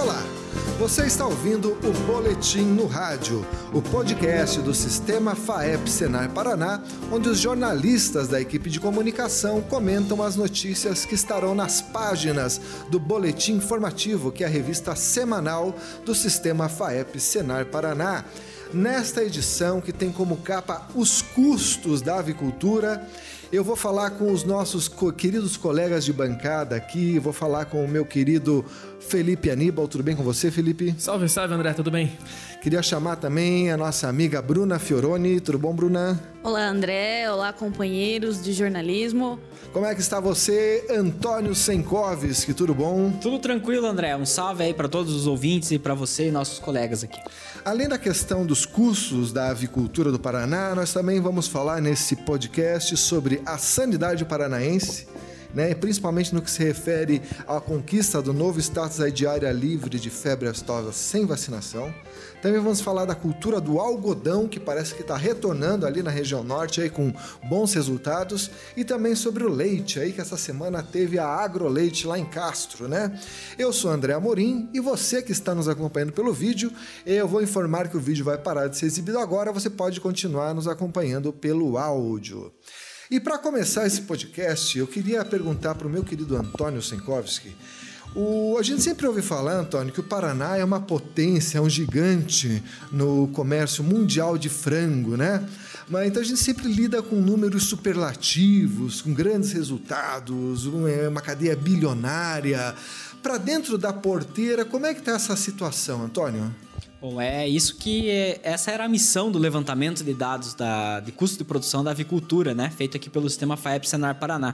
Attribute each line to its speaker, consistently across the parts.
Speaker 1: Olá, você está ouvindo o Boletim no Rádio, o podcast do Sistema FAEP-Senar Paraná, onde os jornalistas da equipe de comunicação comentam as notícias que estarão nas páginas do Boletim Informativo, que é a revista semanal do Sistema FAEP-Senar Paraná. Nesta edição, que tem como capa os custos da avicultura, eu vou falar com os nossos queridos colegas de bancada aqui, vou falar com o meu querido Felipe Aníbal. Tudo bem com você, Felipe?
Speaker 2: Salve, salve, André, tudo bem?
Speaker 1: Queria chamar também a nossa amiga Bruna Fioroni. Tudo bom, Bruna?
Speaker 3: Olá, André. Olá, companheiros de jornalismo.
Speaker 1: Como é que está você, Antônio Senkovski? Tudo bom?
Speaker 4: Tudo tranquilo, André. Um salve aí para todos os ouvintes e para você e nossos colegas aqui.
Speaker 1: Além da questão dos custos da avicultura do Paraná, nós também vamos falar nesse podcast sobre a sanidade paranaense, né? Principalmente no que se refere à conquista do novo status de área livre de febre aftosa sem vacinação. Também vamos falar da cultura do algodão, que parece que está retornando ali na região norte aí com bons resultados, e também sobre o leite, aí que essa semana teve a Agroleite lá em Castro, né? Eu sou André Amorim e você que está nos acompanhando pelo vídeo, eu vou informar que o vídeo vai parar de ser exibido agora, você pode continuar nos acompanhando pelo áudio. E para começar esse podcast, eu queria perguntar para o meu querido Antônio Senkovski. A gente sempre ouve falar, Antônio, que o Paraná é uma potência, é um gigante no comércio mundial de frango, né? Mas então a gente sempre lida com números superlativos, com grandes resultados, uma cadeia bilionária. Para dentro da porteira, como é que está essa situação, Antônio?
Speaker 4: Bom, essa era a missão do levantamento de dados de custo de produção da avicultura, né? Feito aqui pelo Sistema FAEP-Senar Paraná.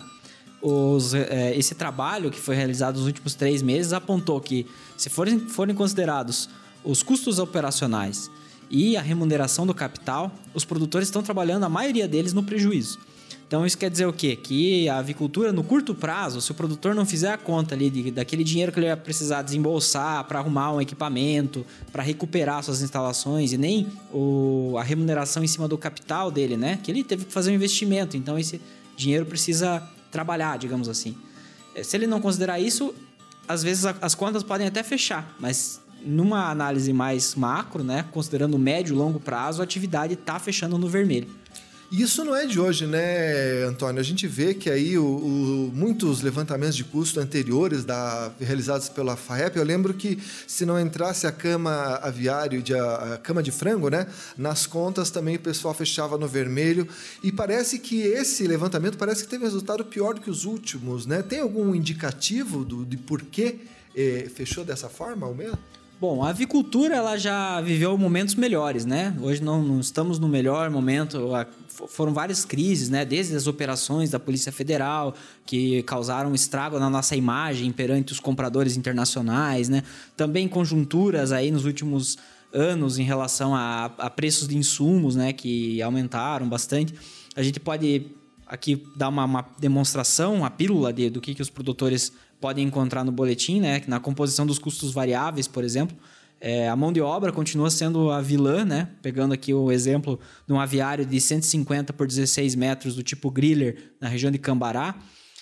Speaker 4: Esse trabalho que foi realizado nos últimos 3 meses apontou que, se forem considerados os custos operacionais e a remuneração do capital, os produtores estão trabalhando, a maioria deles, no prejuízo. Então isso quer dizer o quê? Que a avicultura, no curto prazo, se o produtor não fizer a conta ali daquele dinheiro que ele vai precisar desembolsar para arrumar um equipamento, para recuperar suas instalações, e nem a remuneração em cima do capital dele, né? Que ele teve que fazer um investimento, então esse dinheiro precisa trabalhar, digamos assim. Se ele não considerar isso, às vezes as contas podem até fechar, mas numa análise mais macro, né, considerando médio e longo prazo, a atividade está fechando no vermelho.
Speaker 1: Isso não é de hoje, né, Antônio? A gente vê que aí muitos levantamentos de custo anteriores realizados pela FAEP, eu lembro que se não entrasse a cama aviário, a cama de frango, né, nas contas também o pessoal fechava no vermelho, e parece que esse levantamento parece que teve resultado pior do que os últimos, né? Tem algum indicativo de por que fechou dessa forma, ou mesmo?
Speaker 4: Bom, a avicultura ela já viveu momentos melhores, né? Hoje não estamos no melhor momento. Foram várias crises, né? Desde as operações da Polícia Federal, que causaram estrago na nossa imagem perante os compradores internacionais, né? Também conjunturas aí nos últimos anos em relação a preços de insumos, né? Que aumentaram bastante. A gente pode aqui dar uma demonstração, uma pílula do que os produtores podem encontrar no boletim, né? Na composição dos custos variáveis, por exemplo. A mão de obra continua sendo a vilã, né? Pegando aqui o exemplo de um aviário de 150 por 16 metros do tipo griller na região de Cambará.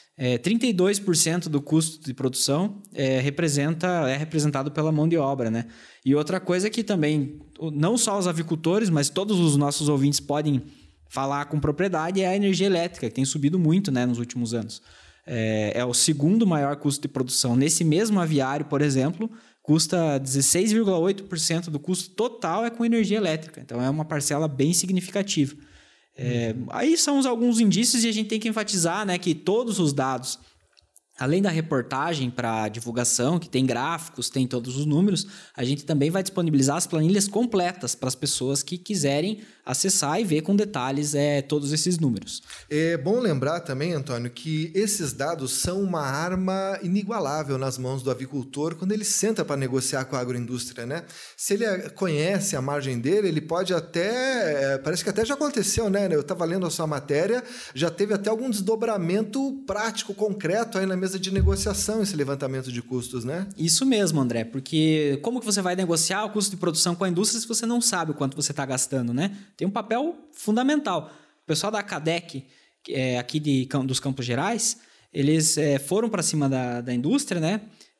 Speaker 4: 32% do custo de produção é representado pela mão de obra, né? E outra coisa que também, não só os avicultores, mas todos os nossos ouvintes podem falar com propriedade, é a energia elétrica, que tem subido muito, né, nos últimos anos. É o segundo maior custo de produção. Nesse mesmo aviário, por exemplo, custa 16,8% do custo total com energia elétrica. Então, é uma parcela bem significativa. Aí são alguns indícios, e a gente tem que enfatizar, né, que todos os dados, além da reportagem para divulgação, que tem gráficos, tem todos os números, a gente também vai disponibilizar as planilhas completas para as pessoas que quiserem acessar e ver com detalhes todos esses números.
Speaker 1: É bom lembrar também, Antônio, que esses dados são uma arma inigualável nas mãos do avicultor quando ele senta para negociar com a agroindústria, né? Se ele conhece a margem dele, ele pode até... parece que até já aconteceu, né? Eu estava lendo a sua matéria, já teve até algum desdobramento prático, concreto aí na mesa de negociação, esse levantamento de custos, né?
Speaker 4: Isso mesmo, André, porque como que você vai negociar o custo de produção com a indústria se você não sabe o quanto você está gastando, né? Tem um papel fundamental. O pessoal da CADEC, aqui dos Campos Gerais, eles foram para cima da indústria, né?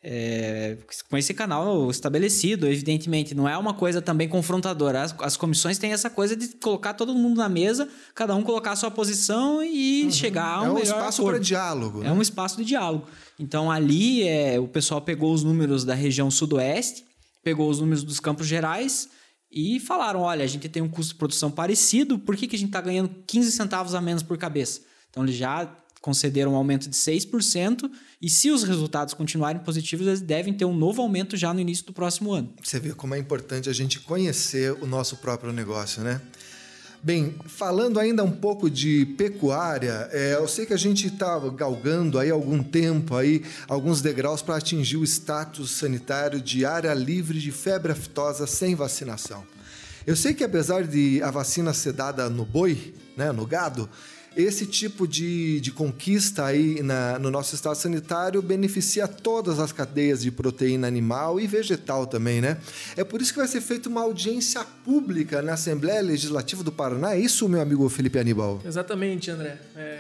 Speaker 4: com esse canal estabelecido, evidentemente. Não é uma coisa também confrontadora. As comissões têm essa coisa de colocar todo mundo na mesa, cada um colocar a sua posição e chegar a um melhor
Speaker 1: espaço para diálogo. Né?
Speaker 4: É um espaço de diálogo. Então, ali, o pessoal pegou os números da região sudoeste, pegou os números dos Campos Gerais e falaram, olha, a gente tem um custo de produção parecido, por que a gente está ganhando 15 centavos a menos por cabeça? Então, eles já concederam um aumento de 6%, e se os resultados continuarem positivos, eles devem ter um novo aumento já no início do próximo ano.
Speaker 1: Você vê como é importante a gente conhecer o nosso próprio negócio, né? Bem, falando ainda um pouco de pecuária, eu sei que a gente está galgando aí algum tempo, aí, alguns degraus para atingir o status sanitário de área livre de febre aftosa sem vacinação. Eu sei que apesar de a vacina ser dada no boi, né, no gado, esse tipo de conquista aí no nosso estado sanitário beneficia todas as cadeias de proteína animal e vegetal também, né? É por isso que vai ser feita uma audiência pública na Assembleia Legislativa do Paraná. É isso, meu amigo Felipe Aníbal?
Speaker 2: Exatamente, André.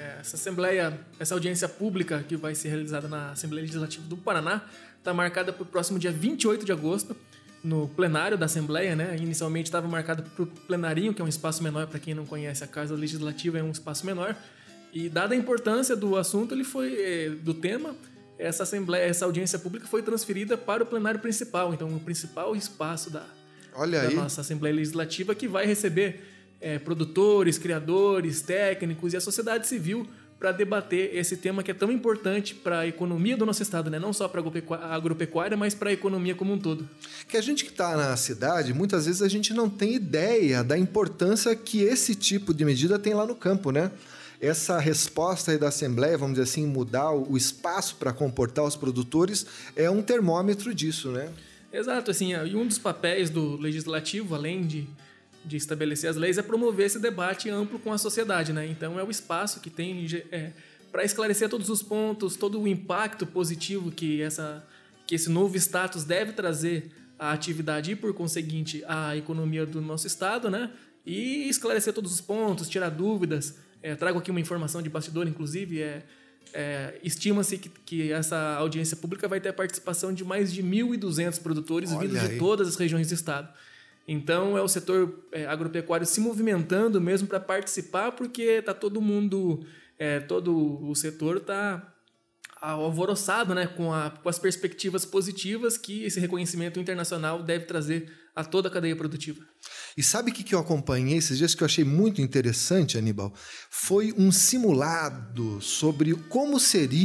Speaker 2: Essa audiência pública que vai ser realizada na Assembleia Legislativa do Paraná está marcada para o próximo dia 28 de agosto, no plenário da Assembleia, né? Inicialmente estava marcado para o plenarinho, que é um espaço menor, para quem não conhece, a Casa Legislativa é um espaço menor. E dada a importância do assunto, do tema, essa audiência pública foi transferida para o plenário principal. Então, o principal espaço da nossa Assembleia Legislativa, que vai receber produtores, criadores, técnicos e a sociedade civil para debater esse tema que é tão importante para a economia do nosso estado, né? Não só para a agropecuária, mas para a economia como um todo.
Speaker 1: Que a gente que está na cidade, muitas vezes a gente não tem ideia da importância que esse tipo de medida tem lá no campo, né? Essa resposta aí da Assembleia, vamos dizer assim, mudar o espaço para comportar os produtores, é um termômetro disso, né?
Speaker 2: Exato, assim, e um dos papéis do Legislativo, além de estabelecer as leis, é promover esse debate amplo com a sociedade, né? Então, é o espaço que tem para esclarecer todos os pontos, todo o impacto positivo que esse novo status deve trazer à atividade e, por conseguinte, à economia do nosso estado, né? E esclarecer todos os pontos, tirar dúvidas. Trago aqui uma informação de bastidor, inclusive, estima-se que essa audiência pública vai ter a participação de mais de 1.200 produtores vindos de todas as regiões do estado. Então, é o setor agropecuário se movimentando mesmo para participar, porque está todo mundo, todo o setor está alvoroçado, né, com as perspectivas positivas que esse reconhecimento internacional deve trazer a toda a cadeia produtiva.
Speaker 1: E sabe o que eu acompanhei esses dias que eu achei muito interessante, Aníbal? Foi um simulado sobre como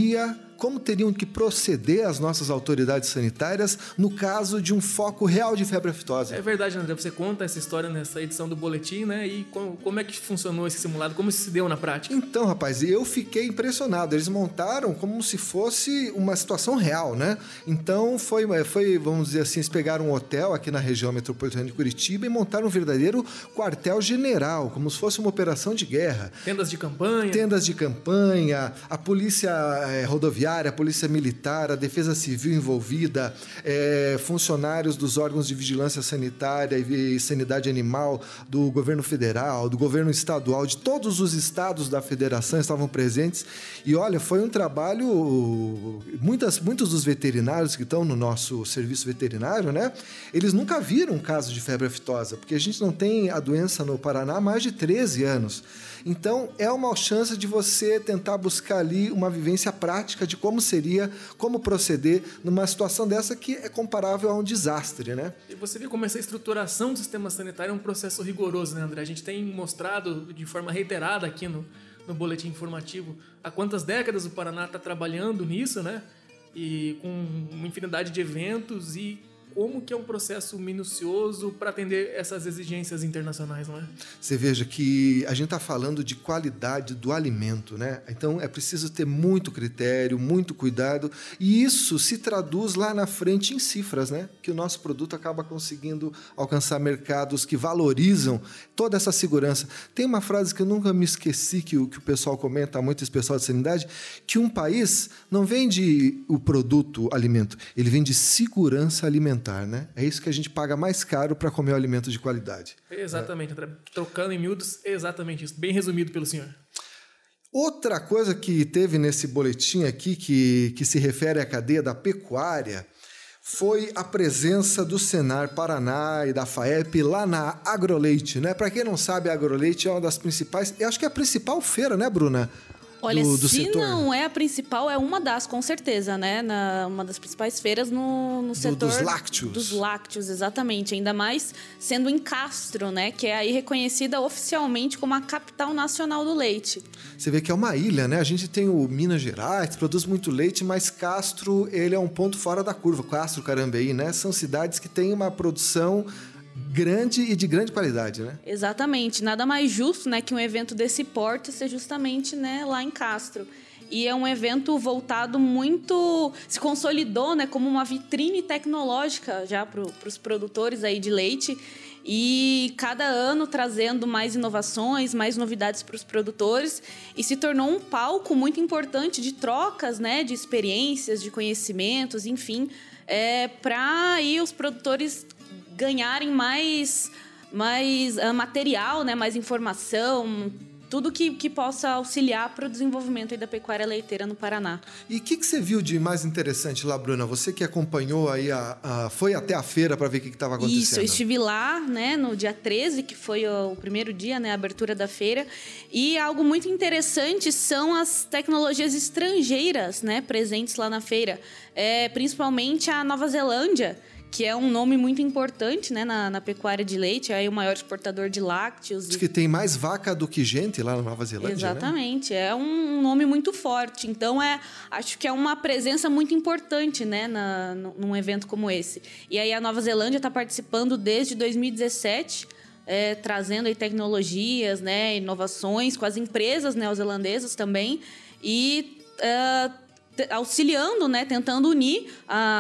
Speaker 1: teriam que proceder as nossas autoridades sanitárias no caso de um foco real de febre aftosa.
Speaker 2: É verdade, André. Você conta essa história nessa edição do boletim, né? E como é que funcionou esse simulado? Como isso se deu na prática?
Speaker 1: Então, rapaz, eu fiquei impressionado. Eles montaram como se fosse uma situação real, né? Então, foi vamos dizer assim, eles pegaram um hotel aqui na região metropolitana de Curitiba e montaram um verdadeiro quartel-general, como se fosse uma operação de guerra.
Speaker 2: Tendas de campanha.
Speaker 1: Tendas de campanha, a polícia rodoviária, a polícia militar, a defesa civil envolvida, funcionários dos órgãos de vigilância sanitária e sanidade animal do governo federal, do governo estadual, de todos os estados da federação estavam presentes. E olha, foi um trabalho, muitos dos veterinários que estão no nosso serviço veterinário, né? Eles nunca viram um caso de febre aftosa, porque a gente não tem a doença no Paraná há mais de 13 anos. Então, é uma chance de você tentar buscar ali uma vivência prática de como proceder numa situação dessa que é comparável a um desastre, né?
Speaker 2: E você vê como essa estruturação do sistema sanitário é um processo rigoroso, né, André? A gente tem mostrado de forma reiterada aqui no boletim informativo há quantas décadas o Paraná está trabalhando nisso, né? E com uma infinidade de eventos e como que é um processo minucioso para atender essas exigências internacionais, não é?
Speaker 1: Você veja que a gente está falando de qualidade do alimento, né? Então é preciso ter muito critério, muito cuidado, e isso se traduz lá na frente em cifras, né? Que o nosso produto acaba conseguindo alcançar mercados que valorizam toda essa segurança. Tem uma frase que eu nunca me esqueci, que o pessoal comenta muito, esse pessoal de sanidade, que um país não vende o produto alimento, ele vende segurança alimentar. Né? É isso que a gente paga mais caro para comer um alimento de qualidade.
Speaker 2: Exatamente, André. Trocando em miúdos, exatamente isso. Bem resumido pelo senhor.
Speaker 1: Outra coisa que teve nesse boletim aqui, que se refere à cadeia da pecuária, foi a presença do Senar Paraná e da FAEP lá na Agroleite, né? Para quem não sabe, a Agroleite é uma das principais, eu acho que é a principal feira, né, Bruna?
Speaker 3: Olha,
Speaker 1: do
Speaker 3: se
Speaker 1: setor.
Speaker 3: Não é a principal, é uma das, com certeza, né? Uma das principais feiras no setor...
Speaker 1: Dos lácteos.
Speaker 3: Dos lácteos, exatamente. Ainda mais sendo em Castro, né? Que é aí reconhecida oficialmente como a capital nacional do leite.
Speaker 1: Você vê que é uma ilha, né? A gente tem o Minas Gerais, produz muito leite, mas Castro, ele é um ponto fora da curva. Castro, Carambeí, né? São cidades que têm uma produção grande e de grande qualidade, né?
Speaker 3: Exatamente. Nada mais justo, né, que um evento desse porte seja justamente, né, lá em Castro. E é um evento voltado muito... Se consolidou, né, como uma vitrine tecnológica já para os produtores aí de leite. E cada ano trazendo mais inovações, mais novidades para os produtores. E se tornou um palco muito importante de trocas, né, de experiências, de conhecimentos, enfim, para aí os produtores ganharem mais material, né, mais informação, tudo que possa auxiliar para o desenvolvimento aí da pecuária leiteira no Paraná.
Speaker 1: E o que você viu de mais interessante lá, Bruna? Você que acompanhou aí, foi até a feira para ver o que estava acontecendo.
Speaker 3: Isso, eu estive lá, né, no dia 13, que foi o primeiro dia, né, a abertura da feira. E algo muito interessante são as tecnologias estrangeiras, né, presentes lá na feira. Principalmente a Nova Zelândia, que é um nome muito importante, né, na pecuária de leite, é o maior exportador de lácteos.
Speaker 1: Diz que tem mais vaca do que gente lá na Nova Zelândia,
Speaker 3: exatamente,
Speaker 1: né?
Speaker 3: É um nome muito forte. Então, acho que é uma presença muito importante, né, num evento como esse. E aí a Nova Zelândia está participando desde 2017, trazendo aí tecnologias, né, inovações com as empresas neozelandesas também e auxiliando, né, tentando unir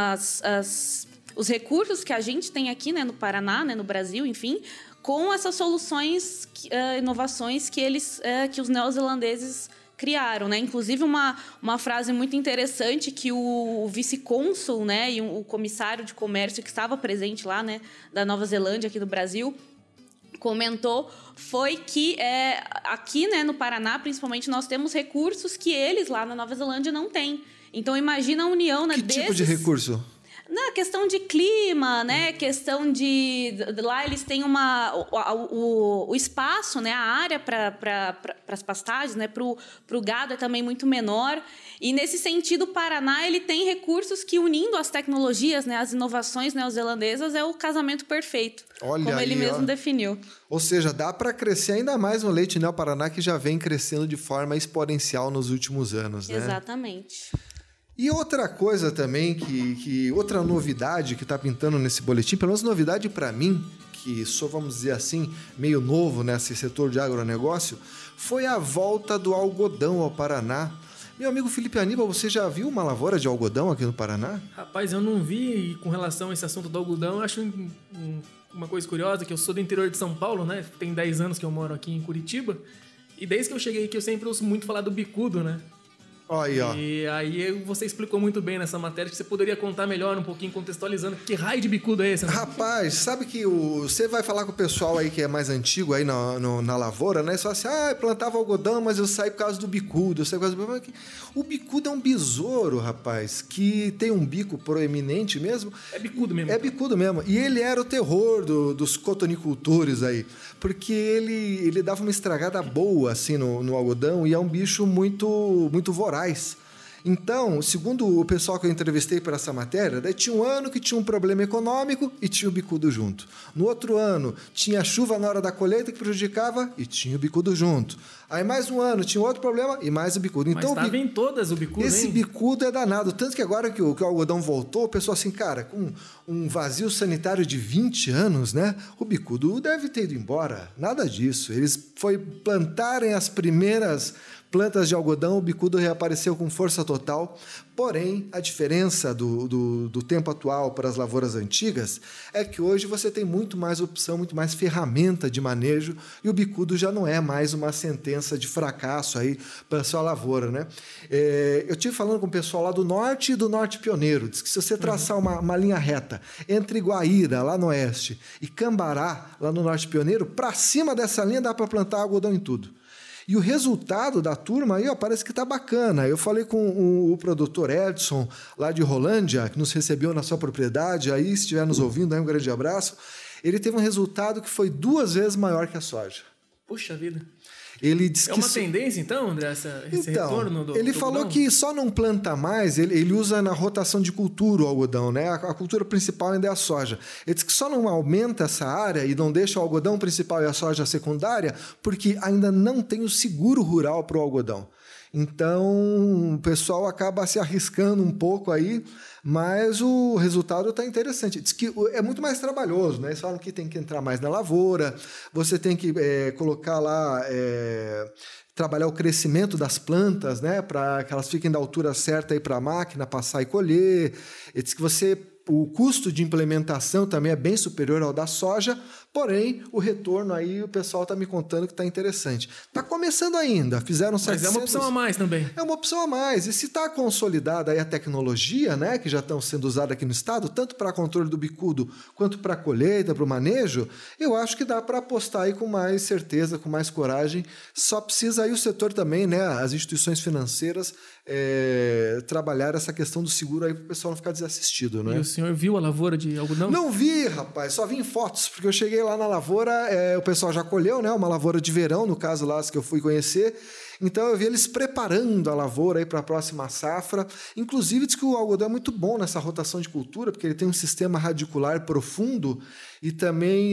Speaker 3: os recursos que a gente tem aqui, né, no Paraná, né, no Brasil, enfim, com essas soluções, inovações que os neozelandeses criaram, né? Inclusive uma frase muito interessante que o vice-cônsul, né, e o comissário de comércio que estava presente lá, né, da Nova Zelândia aqui do Brasil, comentou foi que aqui, né, no Paraná, principalmente, nós temos recursos que eles lá na Nova Zelândia não têm. Então imagina a união, né,
Speaker 1: Que tipo de recurso?
Speaker 3: Na questão de clima, né? Questão de... Lá eles têm o espaço, né? A área para as pastagens, né? Para o gado é também muito menor. E, nesse sentido, o Paraná ele tem recursos que, unindo as tecnologias, né? As inovações neozelandesas, é o casamento perfeito.
Speaker 1: Olha
Speaker 3: como ele mesmo definiu.
Speaker 1: Ou seja, dá para crescer ainda mais no leite Neo-Paraná, que já vem crescendo de forma exponencial nos últimos anos, né?
Speaker 3: Exatamente.
Speaker 1: E outra coisa também, outra novidade que está pintando nesse boletim, pelo menos novidade para mim, que sou, vamos dizer assim, meio novo nesse setor de agronegócio, foi a volta do algodão ao Paraná. Meu amigo Felipe Aníbal, você já viu uma lavoura de algodão aqui no Paraná?
Speaker 2: Rapaz, eu não vi. E com relação a esse assunto do algodão, eu acho uma coisa curiosa, que eu sou do interior de São Paulo, né? Tem 10 anos que eu moro aqui em Curitiba. E desde que eu cheguei aqui, eu sempre ouço muito falar do bicudo, né?
Speaker 1: Aí, ó.
Speaker 2: E aí você explicou muito bem nessa matéria, que você poderia contar melhor um pouquinho, contextualizando que raio de bicudo é esse, né?
Speaker 1: Rapaz, sabe que você vai falar com o pessoal aí que é mais antigo aí na lavoura, né? Só assim, eu plantava algodão, mas eu saí por causa do bicudo, O bicudo é um besouro, rapaz, que tem um bico proeminente mesmo.
Speaker 2: É bicudo mesmo.
Speaker 1: É bicudo mesmo. E ele era o terror dos cotonicultores aí, porque ele dava uma estragada boa, assim, no algodão, e é um bicho muito, muito voraz. Então, segundo o pessoal que eu entrevistei para essa matéria, daí tinha um ano que tinha um problema econômico e tinha o bicudo junto. No outro ano, tinha chuva na hora da colheita que prejudicava e tinha o bicudo junto. Aí mais um ano, tinha outro problema e mais o bicudo. Então,
Speaker 2: mas estava em todas o bicudo,
Speaker 1: esse
Speaker 2: hein?
Speaker 1: bicudo é danado. Tanto que agora que o algodão voltou, o pessoal assim, cara, com um vazio sanitário de 20 anos, né? O bicudo deve ter ido embora. Nada disso. Eles plantarem as primeiras plantas de algodão, o bicudo reapareceu com força total. Porém, a diferença do tempo atual para as lavouras antigas é que hoje você tem muito mais opção, muito mais ferramenta de manejo e o bicudo já não é mais uma sentença de fracasso aí para a sua lavoura, né? Eu estive falando com o pessoal lá do norte e do norte pioneiro. Diz que se você traçar uma linha reta entre Guaíra, lá no oeste, e Cambará, lá no norte pioneiro, para cima dessa linha dá para plantar algodão em tudo. E o resultado da turma aí, ó, parece que tá bacana. Eu falei com o produtor Edson, lá de Rolândia, que nos recebeu na sua propriedade. Aí, se estiver nos ouvindo, aí um grande abraço. Ele teve um resultado que foi 2 vezes maior que a soja.
Speaker 2: Puxa vida.
Speaker 1: Ele disse
Speaker 2: uma tendência, então, André, esse retorno do
Speaker 1: ele
Speaker 2: do
Speaker 1: falou
Speaker 2: algodão?
Speaker 1: que só não planta mais, ele usa na rotação de cultura o algodão, né? A cultura principal ainda é a soja. Ele disse que só não aumenta essa área e não deixa o algodão principal e a soja secundária porque ainda não tem o seguro rural para o algodão. Então, o pessoal acaba se arriscando um pouco aí, mas o resultado está interessante. Diz que é muito mais trabalhoso, né? Eles falam que tem que entrar mais na lavoura, você tem que colocar lá, trabalhar o crescimento das plantas, né? Para que elas fiquem da altura certa para a máquina passar e colher. Ele diz que o custo de implementação também é bem superior ao da soja, porém, o retorno aí, o pessoal está me contando que está interessante. Está começando ainda, fizeram 700... Mas
Speaker 2: é uma opção a mais também.
Speaker 1: É uma opção a mais. E se está consolidada aí a tecnologia, né, que já estão sendo usada aqui no estado, tanto para controle do bicudo quanto para a colheita, para o manejo, eu acho que dá para apostar aí com mais certeza, com mais coragem. Só precisa aí o setor também, né, as instituições financeiras, trabalhar essa questão do seguro aí para o pessoal não ficar desassistido, né?
Speaker 2: E o senhor viu a lavoura de algodão?
Speaker 1: Não vi, rapaz, só vi em fotos, porque eu cheguei lá na lavoura, o pessoal já colheu, né? Uma lavoura de verão, no caso lá, as que eu fui conhecer. Então eu vi eles preparando a lavoura aí para a próxima safra. Inclusive diz que o algodão é muito bom nessa rotação de cultura, porque ele tem um sistema radicular profundo e também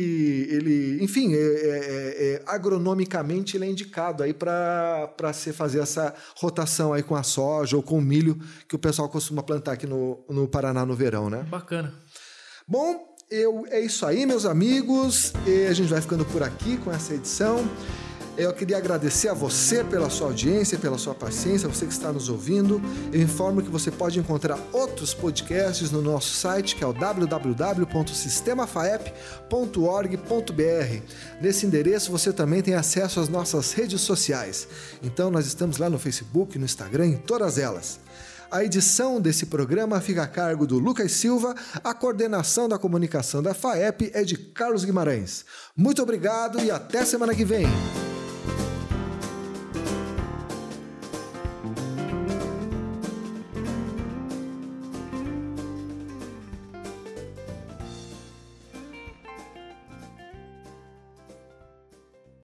Speaker 1: ele enfim, agronomicamente ele é indicado aí para fazer essa rotação aí com a soja ou com o milho que o pessoal costuma plantar aqui no Paraná no verão, né?
Speaker 2: Bacana.
Speaker 1: Bom, é isso aí, meus amigos. E a gente vai ficando por aqui com essa edição. Eu queria agradecer a você pela sua audiência, pela sua paciência, você que está nos ouvindo. Eu informo que você pode encontrar outros podcasts no nosso site, que é o www.sistemafaep.org.br. Nesse endereço você também tem acesso às nossas redes sociais. Então nós estamos lá no Facebook, no Instagram, em todas elas. A edição desse programa fica a cargo do Lucas Silva, a coordenação da comunicação da FAEP é de Carlos Guimarães. Muito obrigado e até semana que vem.